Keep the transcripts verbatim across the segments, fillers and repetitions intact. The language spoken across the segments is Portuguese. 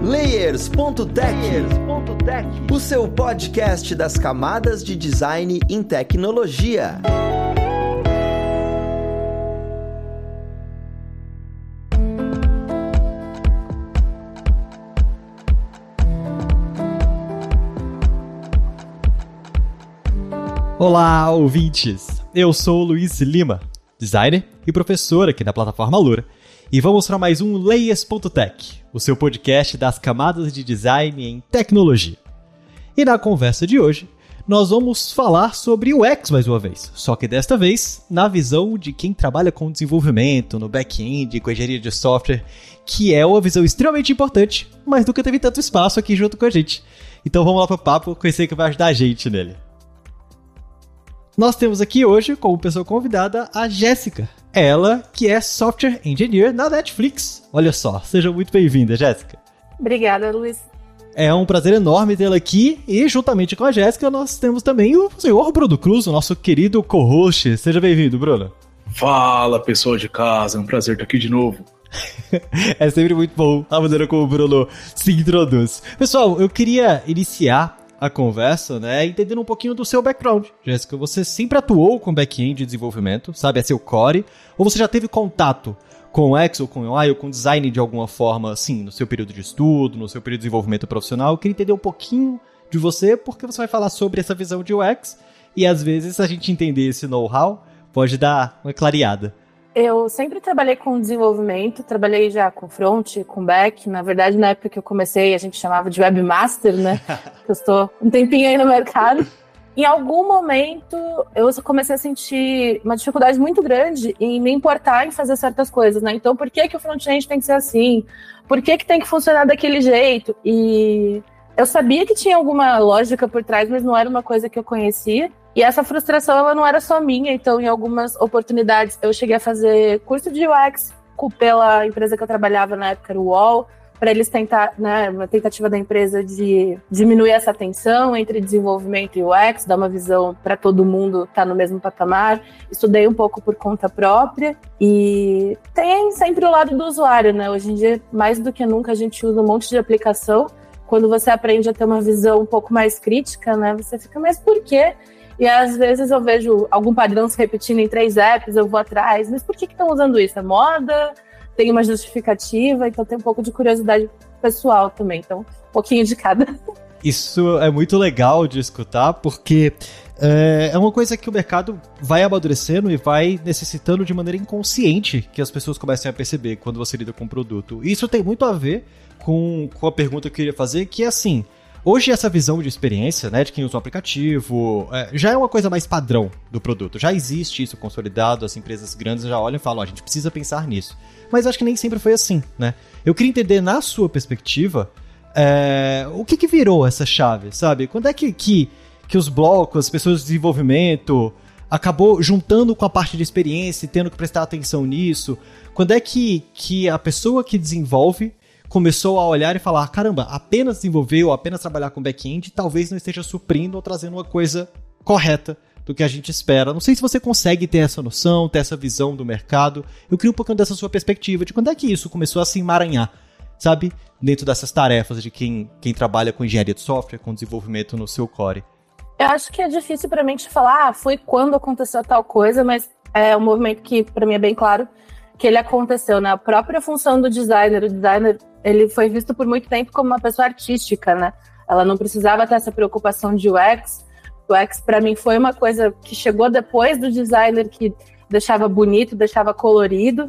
Layers ponto tech, o seu podcast das camadas de design em tecnologia. Olá, ouvintes! Eu sou o Luiz Lima, designer e professor aqui na plataforma Lura, e vamos para mais um Layers ponto tech, o seu podcast das camadas de design em tecnologia. E na conversa de hoje, nós vamos falar sobre U X mais uma vez, só que desta vez na visão de quem trabalha com desenvolvimento, no back-end, com engenharia de software, que é uma visão extremamente importante, mas nunca teve tanto espaço aqui junto com a gente. Então vamos lá pro papo, conhecer que vai ajudar a gente nele. Nós temos aqui hoje, como pessoa convidada, a Jéssica. Ela, que é Software Engineer na Netflix. Olha só, seja muito bem-vinda, Jéssica. Obrigada, Luiz. É um prazer enorme tê-la aqui. E, juntamente com a Jéssica, nós temos também o senhor Bruno Cruz, o nosso querido co-host. Seja bem-vindo, Bruno. Fala, pessoal de casa. É um prazer estar aqui de novo. É sempre muito bom a maneira como o Bruno se introduz. Pessoal, eu queria iniciar a conversa, né, entendendo um pouquinho do seu background. Jéssica, você sempre atuou com back-end de desenvolvimento, sabe, é seu core, ou você já teve contato com X ou com U I ou com design de alguma forma, assim, no seu período de estudo, no seu período de desenvolvimento profissional? Eu queria entender um pouquinho de você, porque você vai falar sobre essa visão de U X, e às vezes, se a gente entender esse know-how, pode dar uma clareada. Eu sempre trabalhei com desenvolvimento, trabalhei já com front, com back. Na verdade, na época que eu comecei, a gente chamava de webmaster, né? Eu estou um tempinho aí no mercado. Em algum momento, eu comecei a sentir uma dificuldade muito grande em me importar em fazer certas coisas, né? Então, por que que o front-end tem que ser assim? Por que que tem que funcionar daquele jeito? E eu sabia que tinha alguma lógica por trás, mas não era uma coisa que eu conhecia. E essa frustração, ela não era só minha, então em algumas oportunidades eu cheguei a fazer curso de U X pela empresa que eu trabalhava na época, era o U O L, para eles tentar, né, uma tentativa da empresa de diminuir essa tensão entre desenvolvimento e U X, dar uma visão para todo mundo estar no mesmo patamar. Estudei um pouco por conta própria e tem sempre o lado do usuário, né? Hoje em dia, mais do que nunca, a gente usa um monte de aplicação. Quando você aprende a ter uma visão um pouco mais crítica, né, você fica, mas por quê? E às vezes eu vejo algum padrão se repetindo em três apps, eu vou atrás, mas por que estão usando isso? É moda? Tem uma justificativa? Então tem um pouco de curiosidade pessoal também, então um pouquinho de cada. Isso é muito legal de escutar, porque é, é uma coisa que o mercado vai amadurecendo e vai necessitando de maneira inconsciente que as pessoas comecem a perceber quando você lida com o produto. E isso tem muito a ver com, com a pergunta que eu queria fazer, que é assim: hoje essa visão de experiência, né, de quem usa o aplicativo, é, já é uma coisa mais padrão do produto. Já existe isso consolidado, as empresas grandes já olham e falam, ó, a gente precisa pensar nisso. Mas acho que nem sempre foi assim, né? Eu queria entender, na sua perspectiva, é, o que que virou essa chave, sabe? Quando é que, que, que os blocos, as pessoas de desenvolvimento, acabou juntando com a parte de experiência e tendo que prestar atenção nisso? Quando é que, que a pessoa que desenvolve começou a olhar e falar, caramba, apenas desenvolver ou apenas trabalhar com back-end talvez não esteja suprindo ou trazendo uma coisa correta do que a gente espera. Não sei se você consegue ter essa noção, ter essa visão do mercado. Eu queria um pouquinho dessa sua perspectiva, de quando é que isso começou a se emaranhar, sabe? Dentro dessas tarefas de quem, quem trabalha com engenharia de software, com desenvolvimento no seu core. Eu acho que é difícil pra mim te falar, ah, foi quando aconteceu tal coisa, mas é um movimento que pra mim é bem claro que ele aconteceu, né? A própria função do designer, o designer, ele foi visto por muito tempo como uma pessoa artística, né? Ela não precisava ter essa preocupação de U X. O U X, para mim, foi uma coisa que chegou depois do designer, que deixava bonito, deixava colorido.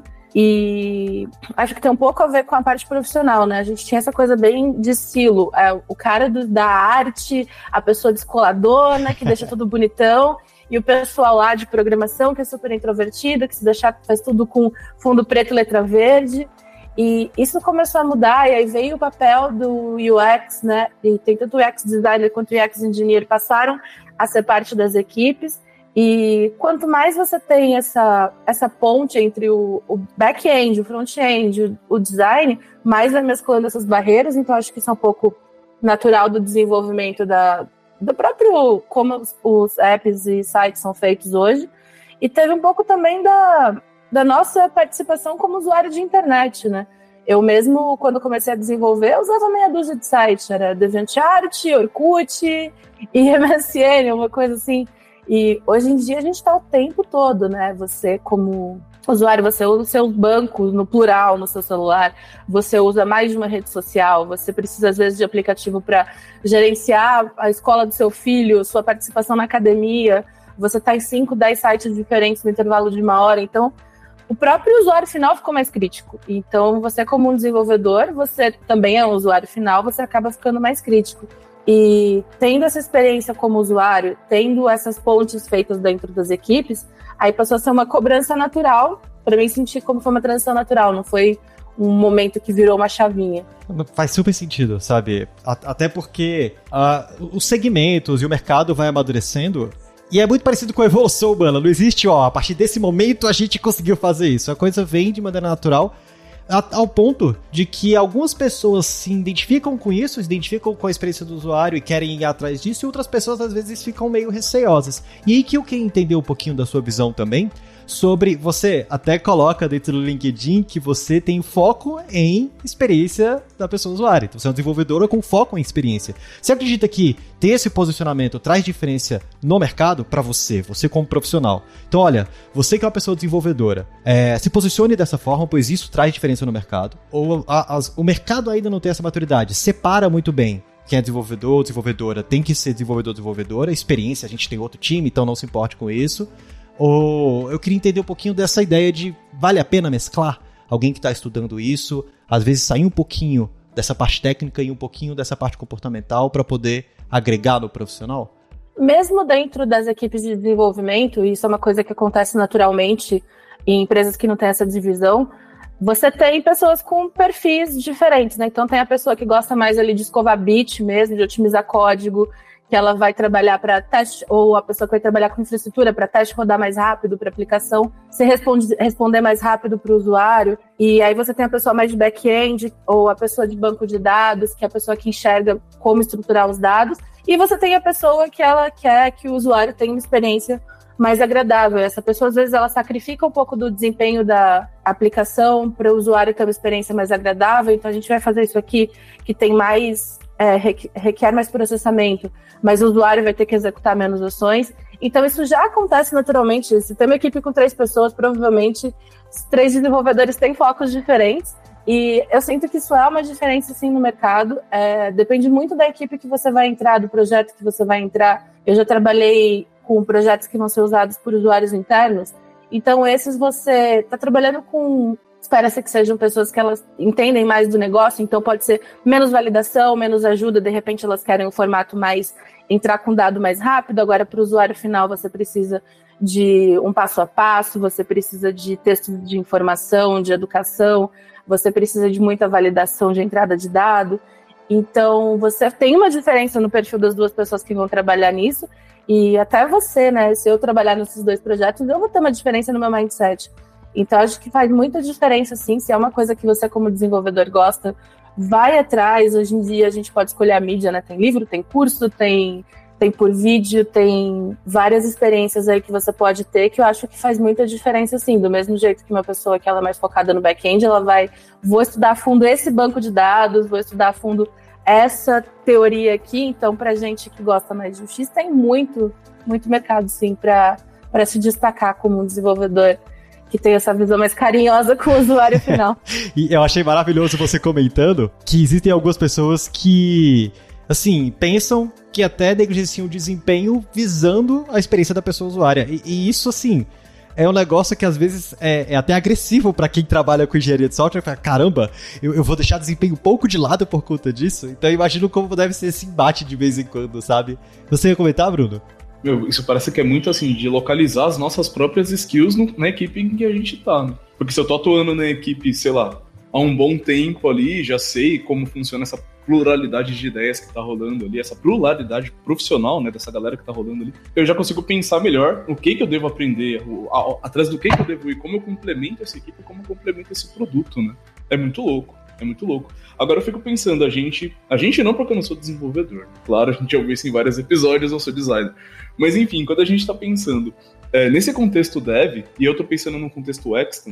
E acho que tem um pouco a ver com a parte profissional, né? A gente tinha essa coisa bem de estilo. É, o cara do, da arte, a pessoa descoladona, que deixa tudo bonitão. E o pessoal lá de programação, que é super introvertido, que se deixar faz tudo com fundo preto e letra verde. E isso começou a mudar, e aí veio o papel do U X, né? E tem tanto o U X designer quanto o U X engineer passaram a ser parte das equipes. E quanto mais você tem essa, essa ponte entre o, o back-end, o front-end, o, o design, mais vai mesclando essas barreiras. Então acho que isso é um pouco natural do desenvolvimento da, do próprio, como os, os apps e sites são feitos hoje. E teve um pouco também da, da nossa participação como usuário de internet, né? Eu mesmo, quando comecei a desenvolver, eu usava meia dúzia de sites. Era DeviantArt, Orkut e M S N, uma coisa assim. E hoje em dia a gente está o tempo todo, né? Você, como usuário, você usa os seus bancos no plural no seu celular, você usa mais de uma rede social, você precisa, às vezes, de aplicativo para gerenciar a escola do seu filho, sua participação na academia. Você está em cinco, dez sites diferentes no intervalo de uma hora. Então, o próprio usuário final ficou mais crítico. Então, você como um desenvolvedor, você também é um usuário final, você acaba ficando mais crítico. E tendo essa experiência como usuário, tendo essas pontes feitas dentro das equipes, aí passou a ser uma cobrança natural, para mim sentir como foi uma transição natural, não foi um momento que virou uma chavinha. Faz super sentido, sabe? Até porque uh, os segmentos e o mercado vai amadurecendo. E é muito parecido com a evolução humana. Não existe, ó, a partir desse momento a gente conseguiu fazer isso. A coisa vem de maneira natural, ao ponto de que algumas pessoas se identificam com isso, se identificam com a experiência do usuário e querem ir atrás disso, e outras pessoas às vezes ficam meio receosas. E aí que eu queria entender um pouquinho da sua visão também, sobre, você até coloca dentro do LinkedIn que você tem foco em experiência da pessoa usuária. Então você é um desenvolvedor com foco em experiência. Você acredita que ter esse posicionamento traz diferença no mercado para você, você como profissional? Então olha, você que é uma pessoa desenvolvedora, é, se posicione dessa forma, pois isso traz diferença no mercado. Ou a, as, o mercado ainda não tem essa maturidade, separa muito bem. Quem é desenvolvedor, desenvolvedora, tem que ser desenvolvedor, desenvolvedora. Experiência, a gente tem outro time, então não se importe com isso. Ou eu queria entender um pouquinho dessa ideia de vale a pena mesclar alguém que está estudando isso, às vezes sair um pouquinho dessa parte técnica e um pouquinho dessa parte comportamental para poder agregar no profissional? Mesmo dentro das equipes de desenvolvimento, isso é uma coisa que acontece naturalmente em empresas que não têm essa divisão, você tem pessoas com perfis diferentes, né? Então tem a pessoa que gosta mais ali de escovar bit mesmo, de otimizar código, que ela vai trabalhar para teste, ou a pessoa que vai trabalhar com infraestrutura para teste rodar mais rápido, para aplicação, você responde, responder mais rápido para o usuário. E aí você tem a pessoa mais de back-end, ou a pessoa de banco de dados, que é a pessoa que enxerga como estruturar os dados. E você tem a pessoa que ela quer que o usuário tenha uma experiência mais agradável. Essa pessoa, às vezes, ela sacrifica um pouco do desempenho da aplicação para o usuário ter uma experiência mais agradável. Então, a gente vai fazer isso aqui, que tem mais... É, requer mais processamento, mas o usuário vai ter que executar menos ações. Então isso já acontece naturalmente. Se tem uma equipe com três pessoas, provavelmente os três desenvolvedores têm focos diferentes, e eu sinto que isso é uma diferença sim no mercado. É, depende muito da equipe que você vai entrar, do projeto que você vai entrar. Eu já trabalhei com projetos que vão ser usados por usuários internos, então esses você está trabalhando com... Espera-se que sejam pessoas que elas entendem mais do negócio, então pode ser menos validação, menos ajuda, de repente elas querem um formato mais, entrar com dado mais rápido. Agora, para o usuário final, você precisa de um passo a passo, você precisa de texto de informação, de educação, você precisa de muita validação de entrada de dado. Então, você tem uma diferença no perfil das duas pessoas que vão trabalhar nisso, e até você, né? Se eu trabalhar nesses dois projetos, eu vou ter uma diferença no meu mindset. Então, acho que faz muita diferença, sim. Se é uma coisa que você, como desenvolvedor, gosta, vai atrás. Hoje em dia, a gente pode escolher a mídia, né? Tem livro, tem curso, tem, tem por vídeo, tem várias experiências aí que você pode ter, que eu acho que faz muita diferença, sim. Do mesmo jeito que uma pessoa que ela é mais focada no back-end, ela vai... Vou estudar a fundo esse banco de dados, vou estudar a fundo essa teoria aqui. Então, pra gente que gosta mais de U X, tem muito, muito mercado, sim, para para se destacar como um desenvolvedor que tem essa visão mais carinhosa com o usuário final. E eu achei maravilhoso você comentando que existem algumas pessoas que, assim, pensam que até negligenciam o desempenho visando a experiência da pessoa usuária. E, e isso, assim, é um negócio que às vezes é, é até agressivo para quem trabalha com engenharia de software. Fala, caramba, eu, eu vou deixar desempenho um pouco de lado por conta disso? Então eu imagino como deve ser esse embate de vez em quando, sabe? Você ia comentar, Bruno? Meu, isso parece que é muito assim, de localizar as nossas próprias skills no, na equipe em que a gente tá, né? Porque se eu tô atuando na equipe, sei lá, há um bom tempo ali, já sei como funciona essa pluralidade de ideias que tá rolando ali, essa pluralidade profissional, né, dessa galera que tá rolando ali, eu já consigo pensar melhor o que que eu devo aprender, o, a, atrás do que que eu devo ir, como eu complemento essa equipe, como eu complemento esse produto, né? É muito louco. É muito louco. Agora eu fico pensando, a gente... A gente não, porque eu não sou desenvolvedor. Claro, a gente já ouviu isso em vários episódios, eu sou designer. Mas enfim, quando a gente tá pensando é, nesse contexto dev, e eu tô pensando no contexto X também,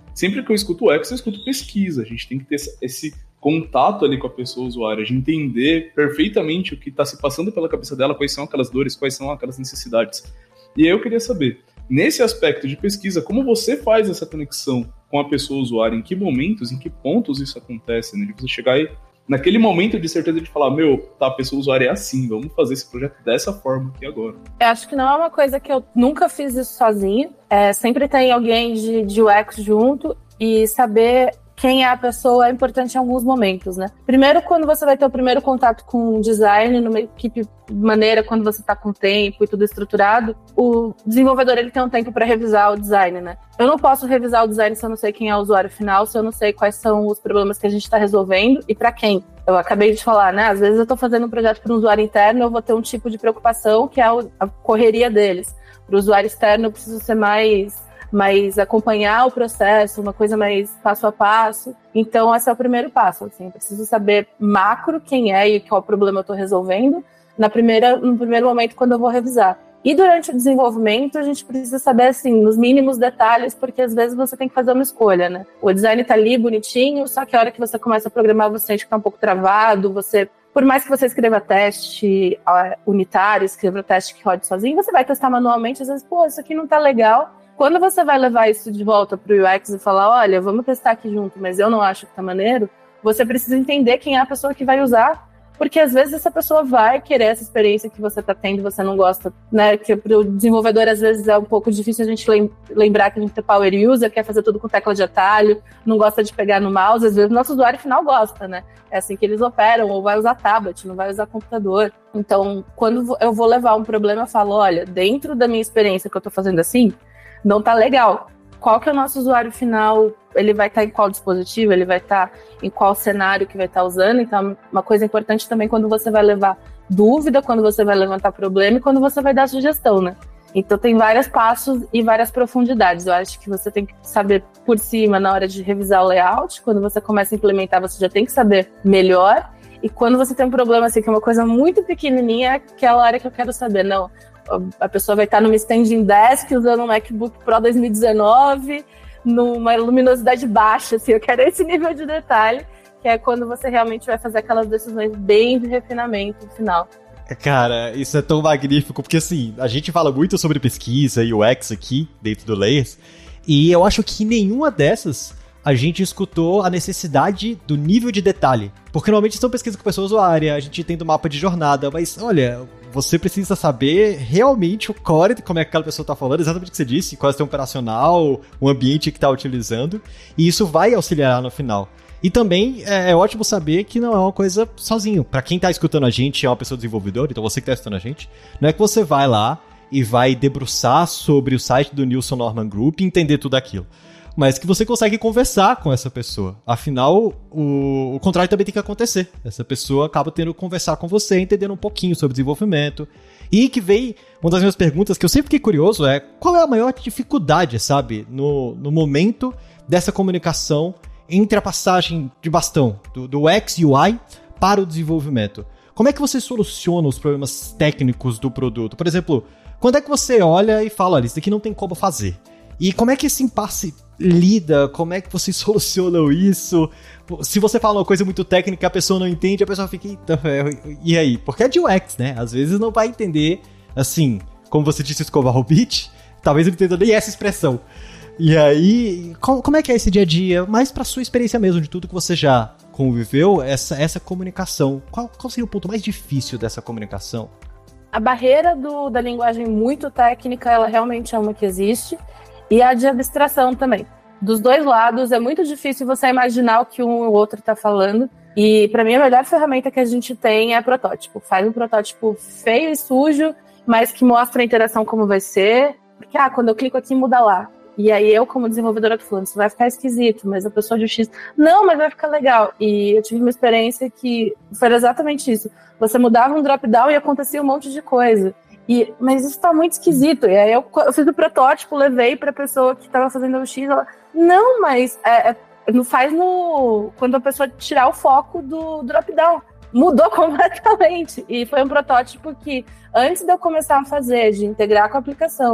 sempre que eu escuto U X, eu escuto pesquisa. A gente tem que ter esse contato ali com a pessoa usuária, de entender perfeitamente o que está se passando pela cabeça dela, quais são aquelas dores, quais são aquelas necessidades. E aí eu queria saber, nesse aspecto de pesquisa, como você faz essa conexão com a pessoa usuária, em que momentos, em que pontos isso acontece, né? De você chegar aí, naquele momento de certeza de falar, meu, tá, a pessoa usuária é assim, vamos fazer esse projeto dessa forma aqui agora. Eu acho que não é uma coisa que eu nunca fiz isso sozinho, é, sempre tem alguém de, de U X junto, e saber quem é a pessoa é importante em alguns momentos, né? Primeiro, quando você vai ter o primeiro contato com o design, numa equipe de maneira, quando você está com tempo e tudo estruturado, o desenvolvedor ele tem um tempo para revisar o design, né? Eu não posso revisar o design se eu não sei quem é o usuário final, se eu não sei quais são os problemas que a gente está resolvendo e para quem. Eu acabei de falar, né? Às vezes eu estou fazendo um projeto para um usuário interno, eu vou ter um tipo de preocupação que é a correria deles. Para o usuário externo, eu preciso ser mais... mas acompanhar o processo, uma coisa mais passo a passo. Então, esse é o primeiro passo. Assim, eu preciso saber macro quem é e qual problema eu estou resolvendo na primeira, no primeiro momento quando eu vou revisar. E durante o desenvolvimento, a gente precisa saber, assim, nos mínimos detalhes, porque às vezes você tem que fazer uma escolha, né? O design está ali, bonitinho, só que a hora que você começa a programar, você sente que está um pouco travado, você... Por mais que você escreva teste unitário, escreva teste que rode sozinho, você vai testar manualmente, às vezes, pô, isso aqui não está legal. Quando você vai levar isso de volta para o U X e falar, olha, vamos testar aqui junto, mas eu não acho que tá maneiro, você precisa entender quem é a pessoa que vai usar, porque às vezes essa pessoa vai querer essa experiência que você tá tendo e você não gosta, né? Que para o desenvolvedor às vezes é um pouco difícil a gente lembrar que a gente é power user, quer fazer tudo com tecla de atalho, não gosta de pegar no mouse, às vezes o nosso usuário final gosta, né? É assim que eles operam, ou vai usar tablet, não vai usar computador. Então, quando eu vou levar um problema, eu falo, olha, dentro da minha experiência que eu tô fazendo assim, não tá legal. Qual que é o nosso usuário final? Ele vai estar em qual dispositivo? Ele vai estar em qual cenário que vai estar usando? Então, uma coisa importante também quando você vai levar dúvida, quando você vai levantar problema e quando você vai dar sugestão, né? Então, tem vários passos e várias profundidades. Eu acho que você tem que saber por cima na hora de revisar o layout. Quando você começa a implementar, você já tem que saber melhor. E quando você tem um problema, assim, que é uma coisa muito pequenininha, é aquela hora que eu quero saber, não... A pessoa vai estar numa standing desk usando um MacBook Pro dois mil e dezenove, numa luminosidade baixa, assim, eu quero esse nível de detalhe, que é quando você realmente vai fazer aquelas decisões bem de refinamento no final. Cara, isso é tão magnífico, porque assim, a gente fala muito sobre pesquisa e U X aqui, dentro do Layers, e eu acho que nenhuma dessas a gente escutou a necessidade do nível de detalhe. Porque normalmente são pesquisas com pessoa usuária, a gente tem do mapa de jornada, mas olha... Você precisa saber realmente o core de como é que aquela pessoa está falando, exatamente o que você disse, qual é o sistema operacional, o ambiente que está utilizando, e isso vai auxiliar no final. E também é, é ótimo saber que não é uma coisa sozinho. Para quem está escutando a gente, é uma pessoa desenvolvedora, então você que está escutando a gente, não é que você vai lá e vai debruçar sobre o site do Nilson Norman Group e entender tudo aquilo. Mas que você consegue conversar com essa pessoa. Afinal, o, o contrário também tem que acontecer. Essa pessoa acaba tendo que conversar com você, entendendo um pouquinho sobre desenvolvimento. E que vem, uma das minhas perguntas que eu sempre fiquei curioso é, qual é a maior dificuldade, sabe, no, no momento dessa comunicação entre a passagem de bastão do, do U X e U I para o desenvolvimento? Como é que você soluciona os problemas técnicos do produto? Por exemplo, quando é que você olha e fala, olha, isso daqui não tem como fazer? E como é que esse impasse lida? Como é que vocês solucionam isso? Se você fala uma coisa muito técnica, a pessoa não entende, a pessoa fica, eita, e aí? Porque é de U X, né? Às vezes não vai entender, assim, como você disse, escovar o beat, talvez não entenda nem essa expressão. E aí, como é que é esse dia a dia? Mais pra sua experiência mesmo, de tudo que você já conviveu, essa, essa comunicação. Qual, qual seria o ponto mais difícil dessa comunicação? A barreira do, da linguagem muito técnica, ela realmente é uma que existe. E a de abstração também. Dos dois lados, é muito difícil você imaginar o que um ou outro está falando. E, para mim, a melhor ferramenta que a gente tem é protótipo. Faz um protótipo feio e sujo, mas que mostra a interação como vai ser. Porque, ah, quando eu clico aqui, muda lá. E aí eu, como desenvolvedora, tô falando, isso vai ficar esquisito, mas a pessoa de X... Não, mas vai ficar legal. E eu tive uma experiência que foi exatamente isso. Você mudava um drop-down e acontecia um monte de coisa. E, mas isso tá muito esquisito. E aí eu, eu fiz o protótipo, levei pra pessoa que tava fazendo o X, ela, não, mas é, é, não faz no... Quando a pessoa tirar o foco do drop-down. Mudou completamente. E foi um protótipo que, antes de eu começar a fazer, de integrar com a aplicação,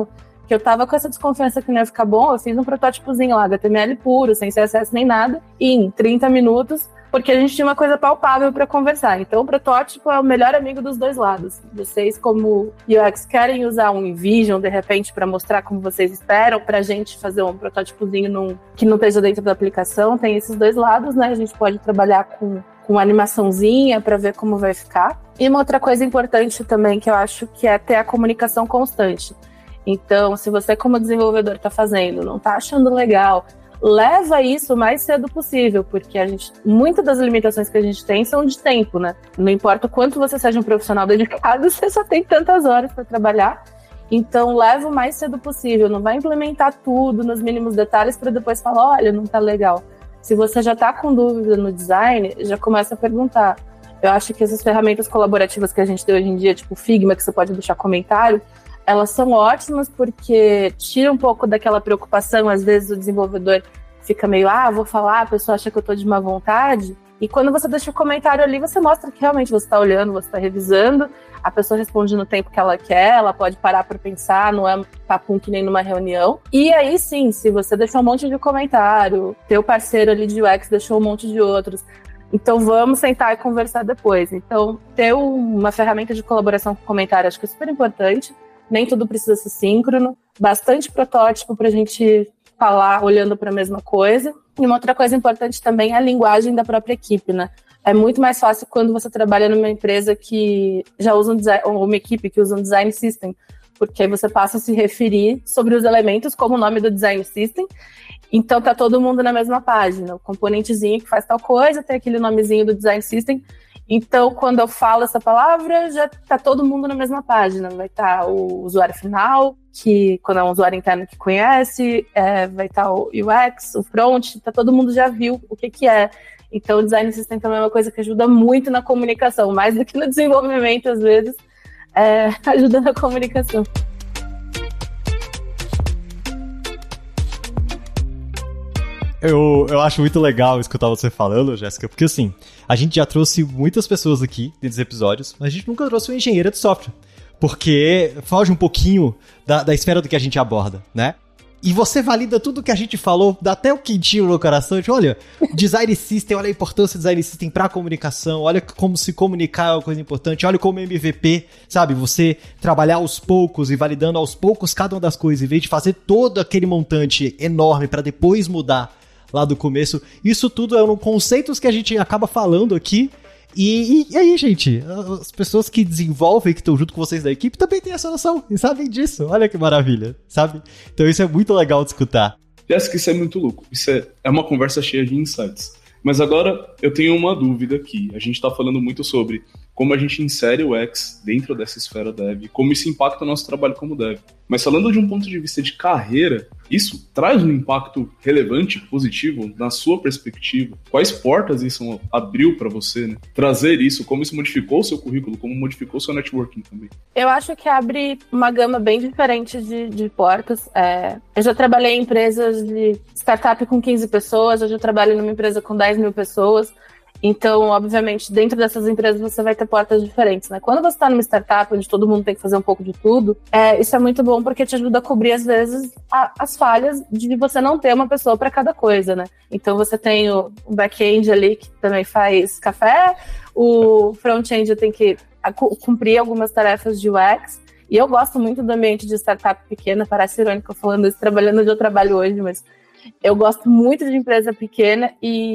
que eu tava com essa desconfiança que não ia ficar bom, eu fiz um protótipozinho lá, H T M L puro, sem C S S nem nada, e em trinta minutos, porque a gente tinha uma coisa palpável para conversar. Então, o protótipo é o melhor amigo dos dois lados. Vocês, como U X, querem usar um InVision, de repente, para mostrar como vocês esperam, para a gente fazer um protótipozinho num, que não esteja dentro da aplicação, tem esses dois lados, né? A gente pode trabalhar com, com animaçãozinha para ver como vai ficar. E uma outra coisa importante também, que eu acho que é ter a comunicação constante. Então, se você, como desenvolvedor, está fazendo, não está achando legal, leva isso o mais cedo possível, porque a gente, muitas das limitações que a gente tem são de tempo, né? Não importa o quanto você seja um profissional dedicado, você só tem tantas horas para trabalhar. Então, leva o mais cedo possível. Não vai implementar tudo nos mínimos detalhes para depois falar, olha, não tá legal. Se você já está com dúvida no design, já começa a perguntar. Eu acho que essas ferramentas colaborativas que a gente tem hoje em dia, tipo Figma, que você pode deixar comentário, elas são ótimas porque tira um pouco daquela preocupação, às vezes o desenvolvedor fica meio, ah, vou falar, a pessoa acha que eu tô de má vontade, e quando você deixa o comentário ali, você mostra que realmente você está olhando, você está revisando, a pessoa responde no tempo que ela quer, ela pode parar para pensar, não é papum que nem numa reunião. E aí sim, se você deixou um monte de comentário, teu parceiro ali de U X deixou um monte de outros, então vamos sentar e conversar depois. Então, ter uma ferramenta de colaboração com comentário acho que é super importante. Nem tudo precisa ser síncrono, bastante protótipo para a gente falar olhando para a mesma coisa. E uma outra coisa importante também é a linguagem da própria equipe, né? É muito mais fácil quando você trabalha numa empresa que já usa um design, ou uma equipe que usa um design system, porque aí você passa a se referir sobre os elementos como o nome do design system. Então tá todo mundo na mesma página. O componentezinho que faz tal coisa tem aquele nomezinho do design system. Então, quando eu falo essa palavra, já está todo mundo na mesma página. Vai estar tá o usuário final, que quando é um usuário interno que conhece, é, vai estar tá o U X, o front, tá, todo mundo já viu o que, que é. Então, o design system também é uma coisa que ajuda muito na comunicação, mais do que no desenvolvimento, às vezes, é, ajuda na comunicação. Eu, eu acho muito legal escutar você falando, Jéssica, porque assim, a gente já trouxe muitas pessoas aqui nesses episódios, mas a gente nunca trouxe uma engenheira de software, porque foge um pouquinho da, da esfera do que a gente aborda, né? E você valida tudo que a gente falou, dá até um quentinho no coração, de, olha, design system, olha a importância do design system pra comunicação, olha como se comunicar é uma coisa importante, olha como M V P, sabe, você trabalhar aos poucos e validando aos poucos cada uma das coisas, em vez de fazer todo aquele montante enorme pra depois mudar lá do começo. Isso tudo é um conceitos que a gente acaba falando aqui. E, e, e aí, gente, as pessoas que desenvolvem, que estão junto com vocês da equipe, também têm essa noção e sabem disso. Olha que maravilha, sabe? Então isso é muito legal de escutar. Jéssica, isso é muito louco. Isso é, é uma conversa cheia de insights. Mas agora eu tenho uma dúvida aqui. A gente está falando muito sobre como a gente insere o X dentro dessa esfera dev, como isso impacta o nosso trabalho como dev. Mas falando de um ponto de vista de carreira, isso traz um impacto relevante, positivo, na sua perspectiva? Quais portas isso abriu para você, né? Trazer isso, como isso modificou o seu currículo, como modificou o seu networking também? Eu acho que abre uma gama bem diferente de, de portas. É, eu já trabalhei em empresas de startup com quinze pessoas, eu já trabalho numa empresa com dez mil pessoas. Então, obviamente, dentro dessas empresas você vai ter portas diferentes, né? Quando você está numa startup onde todo mundo tem que fazer um pouco de tudo, é, isso é muito bom porque te ajuda a cobrir, às vezes, a, as falhas de você não ter uma pessoa para cada coisa, né? Então, você tem o, o back-end ali que também faz café, o front-end tem que cumprir algumas tarefas de U X, e eu gosto muito do ambiente de startup pequena, parece irônico falando isso, trabalhando onde eu trabalho hoje, mas eu gosto muito de empresa pequena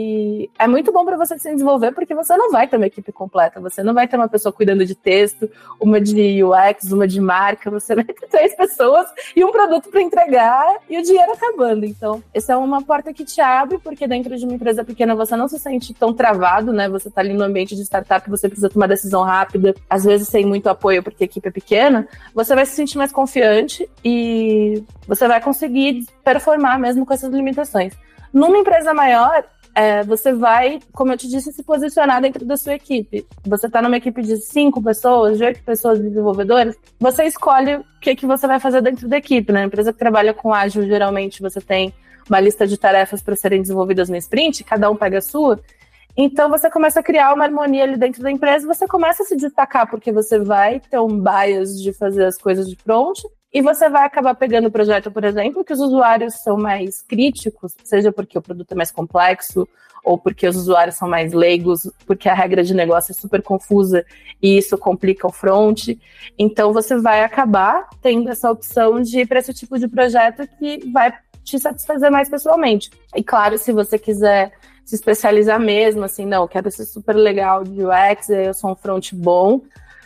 e é muito bom para você se desenvolver porque você não vai ter uma equipe completa, você não vai ter uma pessoa cuidando de texto, uma de U X, uma de marca, você vai ter três pessoas e um produto para entregar e o dinheiro acabando. Então, essa é uma porta que te abre porque dentro de uma empresa pequena você não se sente tão travado, né? Você tá ali no ambiente de startup, você precisa tomar decisão rápida, às vezes sem muito apoio porque a equipe é pequena, você vai se sentir mais confiante e você vai conseguir performar mesmo com essas limitações. Numa empresa maior, é, você vai, como eu te disse, se posicionar dentro da sua equipe. Você está numa equipe de cinco pessoas, de oito pessoas desenvolvedoras, você escolhe o que, que você vai fazer dentro da equipe, né? A empresa que trabalha com ágil, geralmente você tem uma lista de tarefas para serem desenvolvidas no sprint, cada um pega a sua. Então você começa a criar uma harmonia ali dentro da empresa, você começa a se destacar porque você vai ter um bias de fazer as coisas de front E você vai acabar pegando o projeto, por exemplo, que os usuários são mais críticos, seja porque o produto é mais complexo, ou porque os usuários são mais leigos, porque a regra de negócio é super confusa e isso complica o front. Então, você vai acabar tendo essa opção de ir para esse tipo de projeto que vai te satisfazer mais pessoalmente. E claro, se você quiser se especializar mesmo, assim, não, quero ser super legal de U X, eu sou um front bom,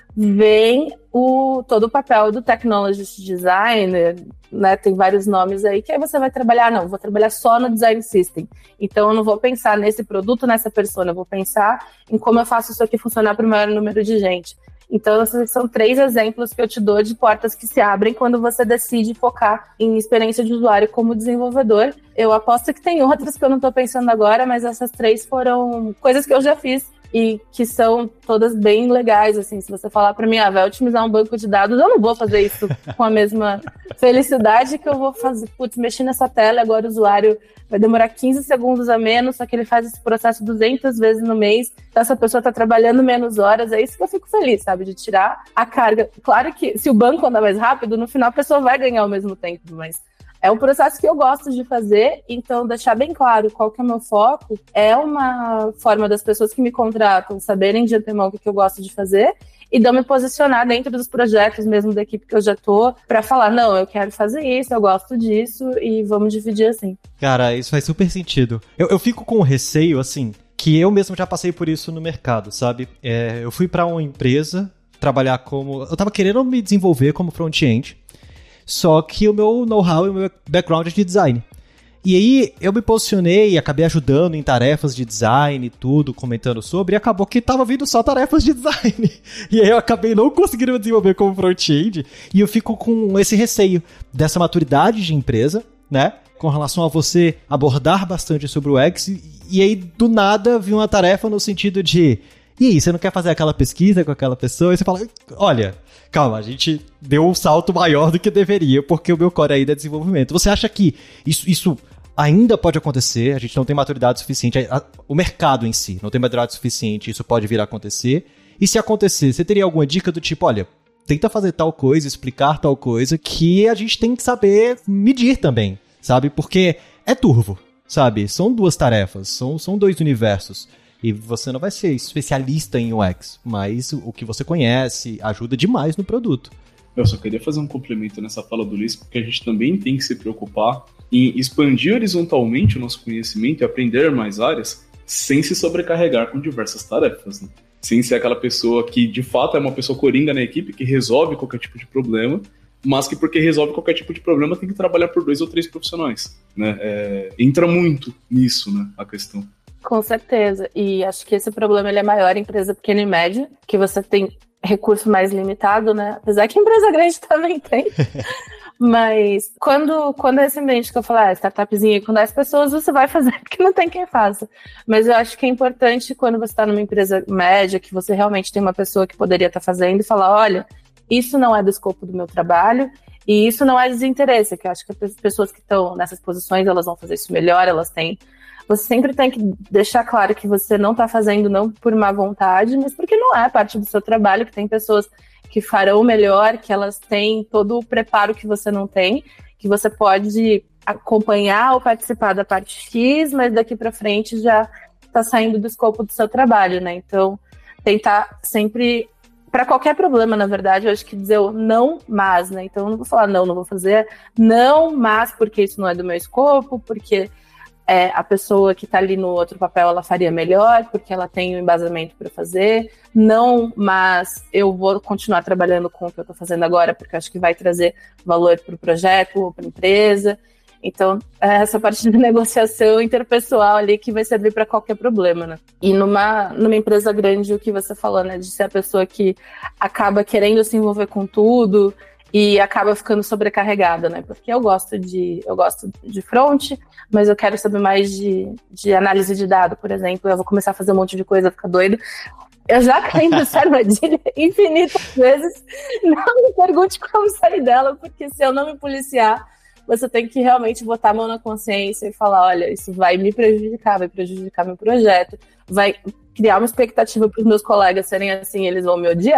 vem o, todo o papel do Technologist Designer, né, tem vários nomes aí, que aí você vai trabalhar, não, vou trabalhar só no Design System, então eu não vou pensar nesse produto, nessa persona, eu vou pensar em como eu faço isso aqui funcionar para o maior número de gente. Então, esses são três exemplos que eu te dou de portas que se abrem quando você decide focar em experiência de usuário como desenvolvedor. Eu aposto que tem outras que eu não estou pensando agora, mas essas três foram coisas que eu já fiz e que são todas bem legais, assim, se você falar para mim, ah, vai otimizar um banco de dados, eu não vou fazer isso com a mesma felicidade que eu vou fazer, putz, mexer nessa tela, agora o usuário vai demorar quinze segundos a menos, só que ele faz esse processo duzentas vezes no mês, então essa pessoa está trabalhando menos horas, é isso que eu fico feliz, sabe, de tirar a carga. Claro que se o banco andar mais rápido, no final a pessoa vai ganhar ao mesmo tempo, mas é um processo que eu gosto de fazer, então deixar bem claro qual que é o meu foco é uma forma das pessoas que me contratam saberem de antemão o que, que eu gosto de fazer e de eu me posicionar dentro dos projetos mesmo da equipe que eu já tô para falar, não, eu quero fazer isso, eu gosto disso e vamos dividir assim. Cara, isso faz super sentido. Eu, eu fico com receio, assim, que eu mesmo já passei por isso no mercado, sabe? É, eu fui para uma empresa trabalhar como... Eu tava querendo me desenvolver como front-end, só que o meu know-how e o meu background é de design. E aí eu me posicionei e acabei ajudando em tarefas de design e tudo, comentando sobre, e acabou que tava vindo só tarefas de design. E aí eu acabei não conseguindo me desenvolver como front-end, e eu fico com esse receio dessa maturidade de empresa, né? Com relação a você abordar bastante sobre o U X, e aí do nada vi uma tarefa no sentido de... E aí, você não quer fazer aquela pesquisa com aquela pessoa? E você fala, olha, calma, a gente deu um salto maior do que deveria, porque o meu core ainda é desenvolvimento. Você acha que isso, isso ainda pode acontecer? A gente não tem maturidade suficiente, a, a, o mercado em si não tem maturidade suficiente, isso pode vir a acontecer. E se acontecer, você teria alguma dica do tipo, olha, tenta fazer tal coisa, explicar tal coisa, que a gente tem que saber medir também, sabe? Porque é turvo, sabe? São duas tarefas, são, são dois universos. E você não vai ser especialista em U X, mas o que você conhece ajuda demais no produto. Eu só queria fazer um complemento nessa fala do Luiz, porque a gente também tem que se preocupar em expandir horizontalmente o nosso conhecimento e aprender mais áreas sem se sobrecarregar com diversas tarefas, né? Sem ser aquela pessoa que de fato é uma pessoa coringa na equipe, que resolve qualquer tipo de problema, mas que porque resolve qualquer tipo de problema tem que trabalhar por dois ou três profissionais, né? É, entra muito nisso, né, a questão. Com certeza, e acho que esse problema ele é maior em empresa pequena e média, que você tem recurso mais limitado, né? Apesar que empresa grande também tem. Mas quando, quando é esse ambiente que eu falo, ah, startupzinha com dez pessoas, você vai fazer, porque não tem quem faça. Mas eu acho que é importante quando você está numa empresa média, que você realmente tem uma pessoa que poderia estar fazendo e falar, olha, isso não é do escopo do meu trabalho, e isso não é desinteresse, que eu acho que as pessoas que estão nessas posições, elas vão fazer isso melhor, elas têm... Você sempre tem que deixar claro que você não está fazendo não por má vontade, mas porque não é parte do seu trabalho, que tem pessoas que farão melhor, que elas têm todo o preparo que você não tem, que você pode acompanhar ou participar da parte X, mas daqui para frente já está saindo do escopo do seu trabalho, né? Então, tentar sempre... Para qualquer problema, na verdade, eu acho que dizer o não, mas, né? Então, eu não vou falar não, não vou fazer. Não, mas, porque isso não é do meu escopo, porque... É, a pessoa que está ali no outro papel, ela faria melhor, porque ela tem o um embasamento para fazer. Não, mas eu vou continuar trabalhando com o que eu estou fazendo agora, porque eu acho que vai trazer valor para o projeto ou para a empresa. Então, é essa parte de negociação interpessoal ali que vai servir para qualquer problema, né? E numa, numa empresa grande, o que você falou, né? De ser a pessoa que acaba querendo se envolver com tudo e acaba ficando sobrecarregada, né? Porque eu gosto de, eu gosto de front, mas eu quero saber mais de, de análise de dado, por exemplo. Eu vou começar a fazer um monte de coisa, ficar doido. Eu já caí nessa armadilha infinitas vezes. Não me pergunte como sair dela, porque se eu não me policiar, você tem que realmente botar a mão na consciência e falar, olha, isso vai me prejudicar, vai prejudicar meu projeto, vai criar uma expectativa para os meus colegas serem assim, eles vão me odiar.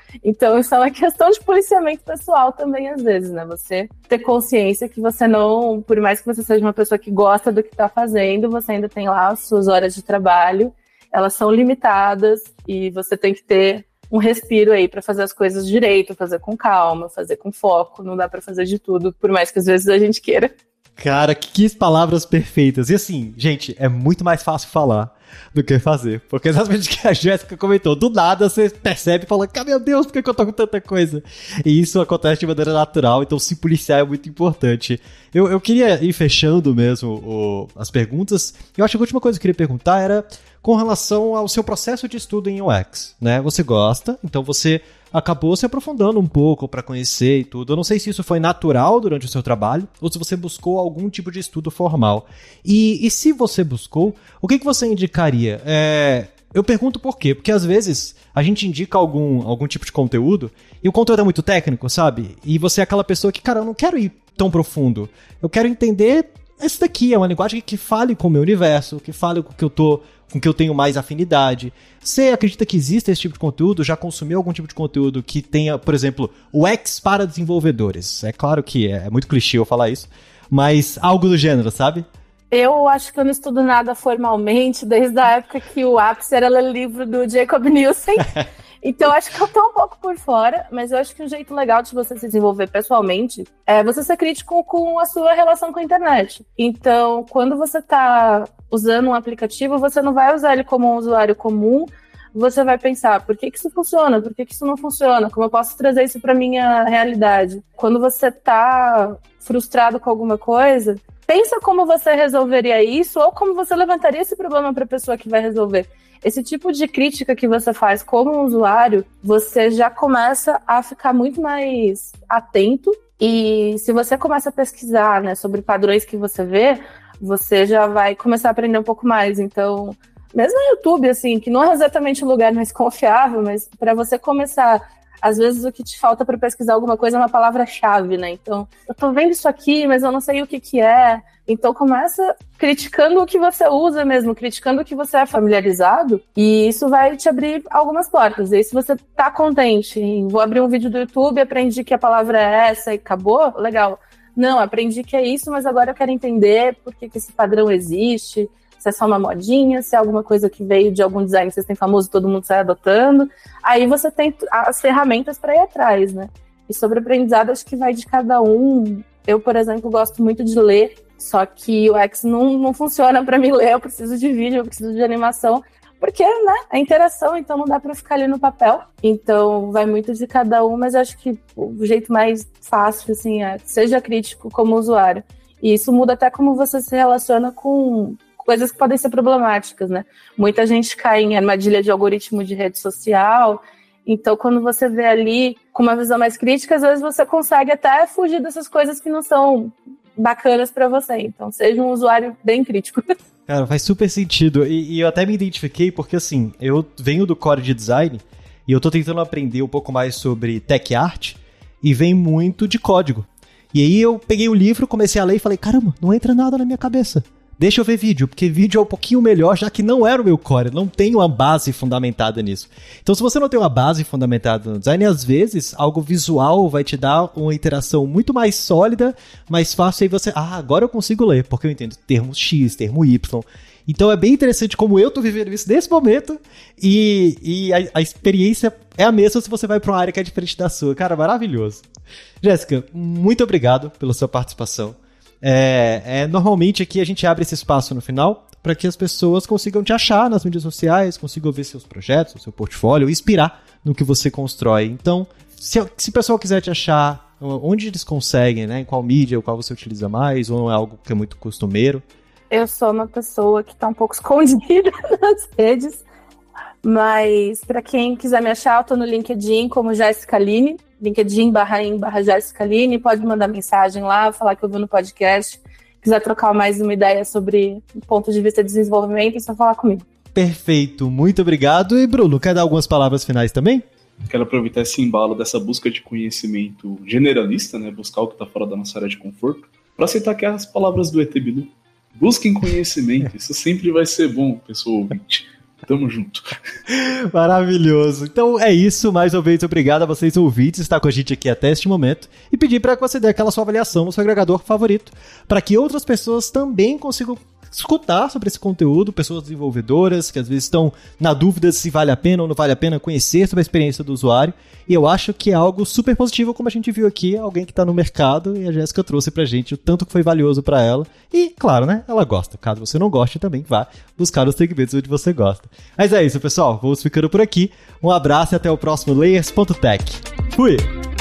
Então, isso é uma questão de policiamento pessoal também, às vezes, né? Você ter consciência que você não, por mais que você seja uma pessoa que gosta do que está fazendo, você ainda tem lá as suas horas de trabalho, elas são limitadas e você tem que ter um respiro aí para fazer as coisas direito, fazer com calma, fazer com foco, não dá para fazer de tudo, por mais que às vezes a gente queira. Cara, que palavras perfeitas. E assim, gente, é muito mais fácil falar do que fazer. Porque exatamente o que a Jéssica comentou, do nada você percebe e fala, ah, meu Deus, por que eu tô com tanta coisa? E isso acontece de maneira natural, então se policiar é muito importante. Eu, eu queria ir fechando mesmo o, as perguntas. Eu acho que a última coisa que eu queria perguntar era com relação ao seu processo de estudo em U X, né? Você gosta, então você acabou se aprofundando um pouco para conhecer e tudo. Eu não sei se isso foi natural durante o seu trabalho ou se você buscou algum tipo de estudo formal. E, e se você buscou, o que, que você indicaria? É, eu pergunto por quê? Porque às vezes a gente indica algum, algum tipo de conteúdo e o conteúdo é muito técnico, sabe? E você é aquela pessoa que, cara, eu não quero ir tão profundo. Eu quero entender esse daqui, é uma linguagem que fale com o meu universo, que fale com o que eu tô, com que eu tenho mais afinidade. Você acredita que existe esse tipo de conteúdo? Já consumiu algum tipo de conteúdo que tenha, por exemplo, U X para desenvolvedores? É claro que é, é muito clichê eu falar isso, mas algo do gênero, sabe? Eu acho que eu não estudo nada formalmente, desde a época que o ápice era ler livro do Jacob Nielsen. Então, acho que eu tô um pouco por fora, mas eu acho que um jeito legal de você se desenvolver pessoalmente é você ser crítico com a sua relação com a internet. Então, quando você tá usando um aplicativo, você não vai usar ele como um usuário comum, você vai pensar, por que que isso funciona? Por que que isso não funciona? Como eu posso trazer isso pra minha realidade? Quando você tá frustrado com alguma coisa, pensa como você resolveria isso ou como você levantaria esse problema pra pessoa que vai resolver. Esse tipo de crítica que você faz como um usuário, você já começa a ficar muito mais atento e se você começa a pesquisar, né, sobre padrões que você vê, você já vai começar a aprender um pouco mais. Então, mesmo no YouTube, assim, que não é exatamente o lugar mais confiável, mas para você começar, às vezes o que te falta para pesquisar alguma coisa é uma palavra-chave, né? Então, eu tô vendo isso aqui, mas eu não sei o que que é. Então começa criticando o que você usa mesmo, criticando o que você é familiarizado, e isso vai te abrir algumas portas. E aí se você tá contente em vou abrir um vídeo do YouTube, aprendi que a palavra é essa e acabou, legal. Não, aprendi que é isso, mas agora eu quero entender por que que esse padrão existe, se é só uma modinha, se é alguma coisa que veio de algum design que vocês têm famoso e todo mundo sai adotando. Aí você tem as ferramentas para ir atrás, né? E sobre aprendizado, acho que vai de cada um. Eu, por exemplo, gosto muito de ler, só que o X não, não funciona para mim ler, eu preciso de vídeo, eu preciso de animação, porque, né, é interação, então não dá para ficar ali no papel. Então, vai muito de cada um, mas acho que o jeito mais fácil, assim, é seja crítico como usuário. E isso muda até como você se relaciona com coisas que podem ser problemáticas, né? Muita gente cai em armadilha de algoritmo de rede social. Então, quando você vê ali com uma visão mais crítica, às vezes você consegue até fugir dessas coisas que não são bacanas para você. Então, seja um usuário bem crítico. Cara, faz super sentido. E, e eu até me identifiquei porque, assim, eu venho do core de design e eu tô tentando aprender um pouco mais sobre tech art e vem muito de código. E aí eu peguei o livro, comecei a ler e falei, caramba, não entra nada na minha cabeça. Deixa eu ver vídeo, porque vídeo é um pouquinho melhor, já que não era o meu core, não tem uma base fundamentada nisso. Então, se você não tem uma base fundamentada no design, às vezes, algo visual vai te dar uma interação muito mais sólida, mais fácil, aí você, ah, agora eu consigo ler, porque eu entendo termo X, termo Y. Então, é bem interessante como eu tô vivendo isso nesse momento, e, e a, a experiência é a mesma se você vai para uma área que é diferente da sua. Cara, maravilhoso. Jéssica, muito obrigado pela sua participação. É, é, normalmente aqui a gente abre esse espaço no final para que as pessoas consigam te achar nas mídias sociais, consigam ver seus projetos, seu portfólio, inspirar no que você constrói. Então, se, se o pessoal quiser te achar, onde eles conseguem, né? Em qual mídia, qual você utiliza mais, ou não é algo que é muito costumeiro? Eu sou uma pessoa que está um pouco escondida nas redes, mas para quem quiser me achar, eu tô no LinkedIn como Jéssica Aline, LinkedIn barra in barra Jéssica Aline, pode mandar mensagem lá, falar que eu vou no podcast, quiser trocar mais uma ideia sobre o ponto de vista de desenvolvimento, é só falar comigo. Perfeito, muito obrigado. E Bruno, quer dar algumas palavras finais também? Quero aproveitar esse embalo dessa busca de conhecimento generalista, né, buscar o que está fora da nossa área de conforto, para aceitar aqui as palavras do E T Bilu. Busquem conhecimento, isso sempre vai ser bom, pessoa ouvinte. Tamo junto. Maravilhoso. Então é isso, mais uma vez obrigado a vocês ouvintes estar com a gente aqui até este momento e pedir para que você dê aquela sua avaliação no seu agregador favorito, para que outras pessoas também consigam escutar sobre esse conteúdo, pessoas desenvolvedoras que às vezes estão na dúvida se vale a pena ou não vale a pena conhecer sobre a experiência do usuário, e eu acho que é algo super positivo, como a gente viu aqui, alguém que está no mercado, e a Jéssica trouxe pra gente o tanto que foi valioso para ela, e claro, né, ela gosta. Caso você não goste, também vá buscar os segmentos onde você gosta. Mas é isso, pessoal, vamos ficando por aqui, um abraço e até o próximo Layers ponto tech. Fui!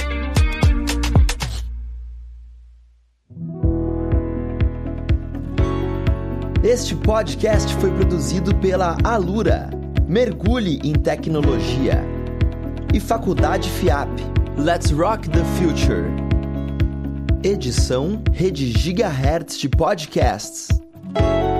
Este podcast foi produzido pela Alura, Mergulhe em Tecnologia, e Faculdade FIAP, Let's Rock the Future. Edição Rede Gigahertz de Podcasts.